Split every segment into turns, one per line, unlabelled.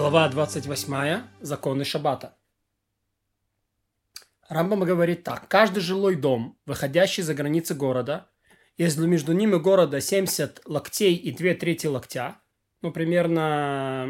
Глава 28. Законы Шаббата. Рамбам говорит так. Каждый жилой дом, выходящий за границы города, если между ними города 70 локтей и 2/3 локтя, примерно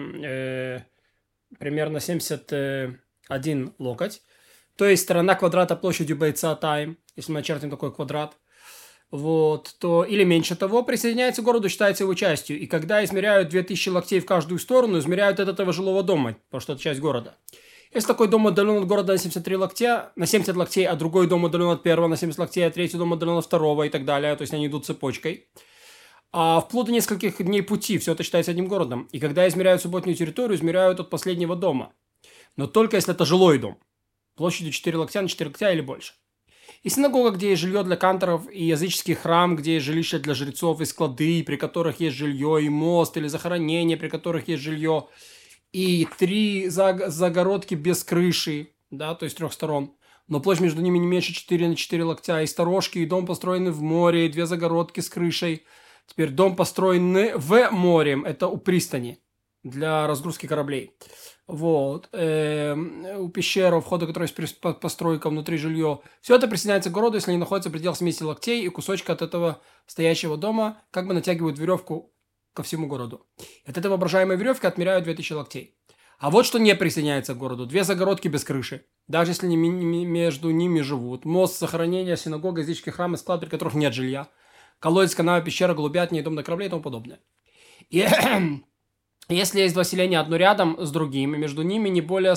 71 локоть, то есть сторона квадрата площадью бойца тайм, если мы начертим такой квадрат, то или меньше того, присоединяется к городу, считается его частью. И когда измеряют 2000 локтей в каждую сторону, измеряют от этого жилого дома, потому что это часть города. Если такой дом удален от города на 73 локтя, на 70 локтей, а другой дом удален от первого на 70 локтей, а третий дом удален от второго и так далее, то есть они идут цепочкой, а вплоть до нескольких дней пути все это считается одним городом. И когда измеряют субботнюю территорию, измеряют от последнего дома. Но только если это жилой дом, площадью 4 локтя на 4 локтя или больше. И синагога, где есть жилье для канторов, и языческий храм, где есть жилище для жрецов, и склады, при которых есть жилье, и мост, или захоронение, при которых есть жилье, и 3 загородки без крыши, да, то есть 3 сторон, но площадь между ними не меньше 4 на 4 локтя, и сторожки, и дом построенный в море, и 2 загородки с крышей. Теперь дом построенный в море, это у пристани, для разгрузки кораблей. У пещеры, у входа, который есть постройка, внутри жилье. Все это присоединяется к городу, если они находятся в пределах 70 локтей, и кусочка от этого стоящего дома как бы натягивают веревку ко всему городу. И от этой воображаемой веревки отмеряют 2000 локтей. А вот что не присоединяется к городу. 2 загородки без крыши, даже если они между ними живут. Мост, захоронение, синагога, языческий храм и склад, при которых нет жилья. Колодец, канава, пещера, голубятня, дом на корабле и тому подобное. И если есть 2 селения одно рядом с другим, и между ними не более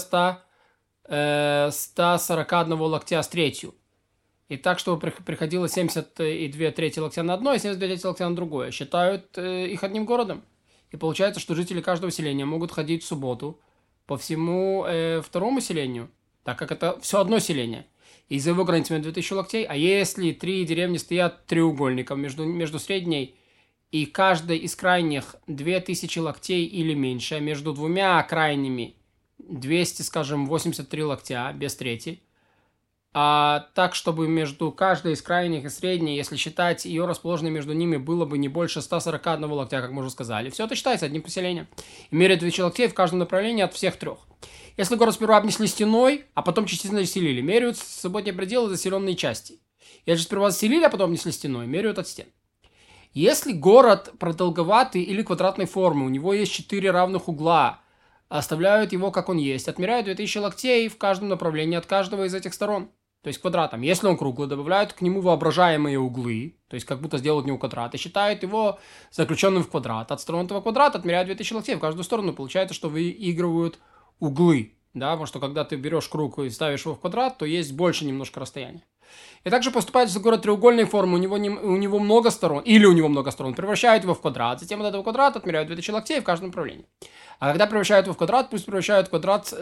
141 локтя с третью. И так, чтобы приходило 72/3 локтя на одно и 72/3 локтя на другое. Считают их одним городом. И получается, что жители каждого селения могут ходить в субботу по всему второму селению, так как это все одно селение. И за его границами 2000 локтей. А если 3 деревни стоят треугольником между средней и каждой из крайних 2000 локтей или меньше, а между 2 крайними 283 локтя, без трети, так, чтобы между каждой из крайних и средней, если считать ее расположенной между ними, было бы не больше 141 локтя, как мы уже сказали. Все это считается одним поселением. И меряют 2000 локтей в каждом направлении от всех 3. Если город сперва обнесли стеной, а потом частично заселили, меряют субботние пределы заселенные части. Если сперва заселили, а потом обнесли стеной, меряют от стен. Если город продолговатый или квадратной формы, у него есть 4 равных угла, оставляют его как он есть, отмеряют 2000 локтей в каждом направлении от каждого из этих сторон, то есть квадратом. Если он круглый, добавляют к нему воображаемые углы, то есть как будто сделают него квадрат, и считают его заключенным в квадрат. От сторон этого квадрата отмеряют 2000 локтей в каждую сторону. Получается, что выигрывают углы, да, потому что когда ты берешь круг и ставишь его в квадрат, то есть больше немножко расстояния. И также поступает, если город треугольной формы, у него много сторон, или у него много сторон, превращают его в квадрат, затем от этого квадрата отмеряют 2000 локтей в каждом направлении. А когда превращают его в квадрат, пусть превращают квадрат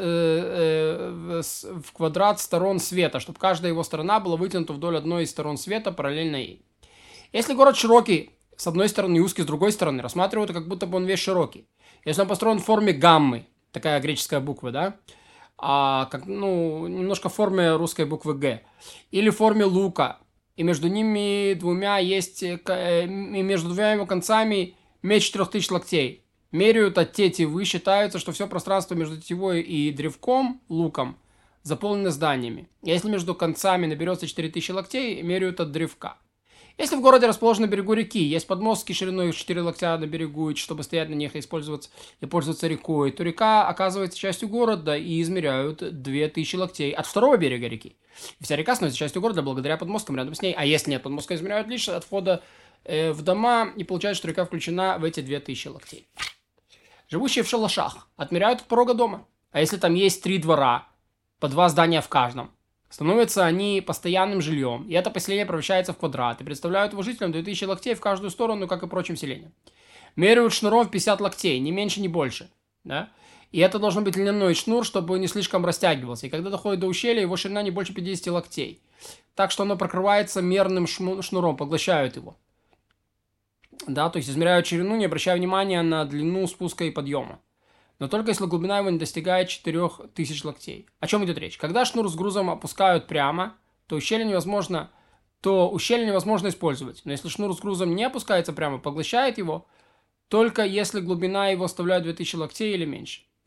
в квадрат сторон света, чтобы каждая его сторона была вытянута вдоль одной из сторон света, параллельно ей. Если город широкий с одной стороны и узкий с другой стороны, рассматривают, как будто бы он весь широкий. Если он построен в форме гаммы, такая греческая буква, да, немножко в форме русской буквы Г, или в форме лука, и между ними между 2 его концами меньше 4000 локтей. Меряют от тетивы, считается, что все пространство между тетивой и древком, луком, заполнено зданиями. Если между концами наберется 4000 локтей, меряют от древка. Если в городе расположен на берегу реки, есть подмостки шириной 4 локтя на берегу, чтобы стоять на них и пользоваться рекой, то река оказывается частью города и измеряют 2000 локтей от второго берега реки. И вся река становится частью города благодаря подмосткам рядом с ней. А если нет подмостка, измеряют лишь от входа в дома, и получается, что река включена в эти 2000 локтей. Живущие в шалашах отмеряют от порога дома. А если там есть 3 двора, по 2 здания в каждом, становятся они постоянным жильем, и это поселение превращается в квадрат, и представляют его жителям 2000 локтей в каждую сторону, как и прочим селениям. Меряют шнуром в 50 локтей, не меньше, не больше. Да? И это должен быть льняной шнур, чтобы не слишком растягивался. И когда доходит до ущелья, его ширина не больше 50 локтей. Так что оно прокрывается мерным шнуром, поглощают его. Да, то есть измеряют ширину, не обращая внимания на длину спуска и подъема. Но только если глубина его не достигает 4000 локтей. О чем идет речь? Когда шнур с грузом опускают прямо, то ущелье невозможно использовать. Но если шнур с грузом не опускается прямо, поглощает его, только если глубина его оставляет 2000 локтей или меньше.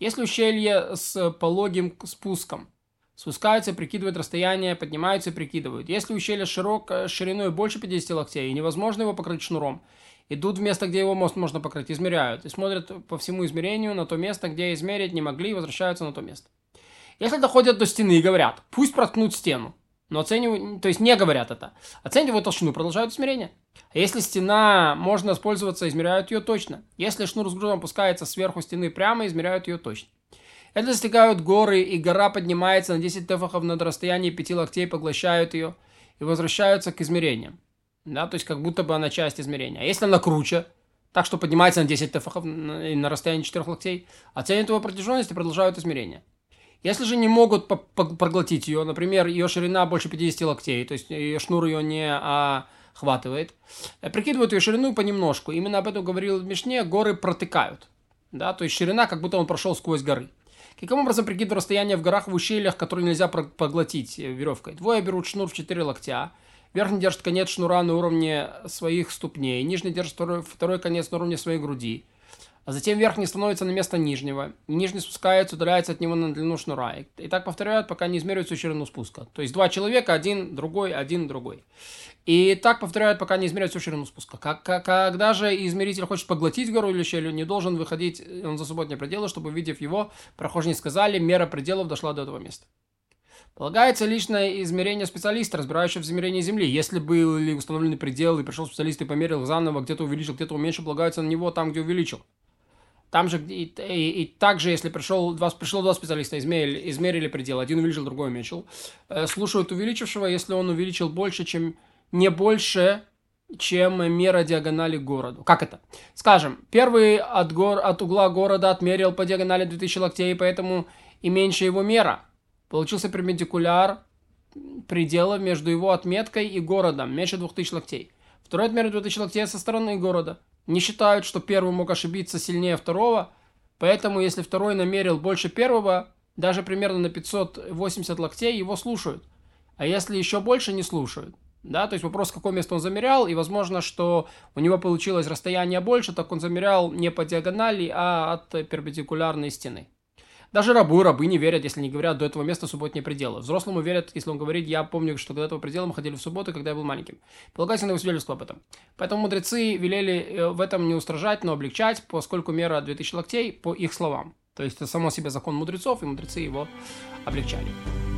Если ущелье с пологим спуском, спускаются, прикидывают расстояние, поднимаются, прикидывают. Если ущелье шириной больше 50 локтей и невозможно его покрыть шнуром, идут в место, где его мост можно покрыть, измеряют и смотрят по всему измерению на то место, где измерить не могли, и возвращаются на то место. Если доходят до стены и говорят, пусть проткнут стену, но оценивают, то есть не говорят это, оценивают толщину, продолжают измерение. А если стена можно использоваться, измеряют ее точно. Если шнур с грузом опускается сверху стены прямо, измеряют ее точно. Это достигают горы, и гора поднимается на 10 тефахов над расстоянием 5 локтей, поглощают ее и возвращаются к измерениям. Да, то есть как будто бы она часть измерения. А если она круче, так что поднимается на 10 тефахов на расстоянии 4 локтей, оценят его протяженность и продолжают измерение. Если же не могут проглотить ее, например, ее ширина больше 50 локтей, то есть ее шнур ее не охватывает, прикидывают ее ширину понемножку. Именно об этом говорил в Мишне, горы протыкают. Да, то есть ширина, как будто он прошел сквозь горы. Каким образом прикидывают расстояние в горах в ущельях, которые нельзя поглотить веревкой? Двое берут шнур в 4 локтя, верхний держит конец шнура на уровне своих ступней, нижний держит второй конец на уровне своей груди, а затем верхний становится на место нижнего, нижний спускается, удаляется от него на длину шнура. И так повторяют, пока не измеряют всю ширину спуска. То есть два человека, один другой. И так повторяют, пока не измеряют всю ширину спуска. Когда же измеритель хочет поглотить гору или щель, не должен выходить он за субботние пределы, чтобы, увидев его, прохожие не сказали, мера пределов дошла до этого места. Полагается личное измерение специалиста, разбирающего в измерении Земли. Если были установлены пределы, и пришел специалист и померил заново, где-то увеличил, где-то уменьшил, полагаются на него там, где увеличил. Там же и также, если пришло два специалиста, измерили предел, один увеличил, другой уменьшил, слушают увеличившего, если он увеличил больше, чем не больше, чем мера диагонали к городу. Как это? Скажем, первый от угла города отмерил по диагонали 2000 локтей, поэтому и меньше его мера. Получился перпендикуляр предела между его отметкой и городом, меньше 2000 локтей. Второй отмерил 2000 локтей со стороны города. Не считают, что первый мог ошибиться сильнее второго, поэтому если второй намерил больше первого, даже примерно на 580 локтей, его слушают. А если еще больше, не слушают. Да, то есть вопрос, какое место он замерял, и возможно, что у него получилось расстояние больше, так он замерял не по диагонали, а от перпендикулярной стены. Даже рабы и рабы не верят, если не говорят до этого места субботние пределы. Взрослому верят, если он говорит, я помню, что до этого предела мы ходили в субботу, когда я был маленьким. Полагайся на его свидетельство об этом. Поэтому мудрецы велели в этом не устражать, но облегчать, поскольку мера 2000 локтей по их словам. То есть это само себе закон мудрецов, и мудрецы его облегчали.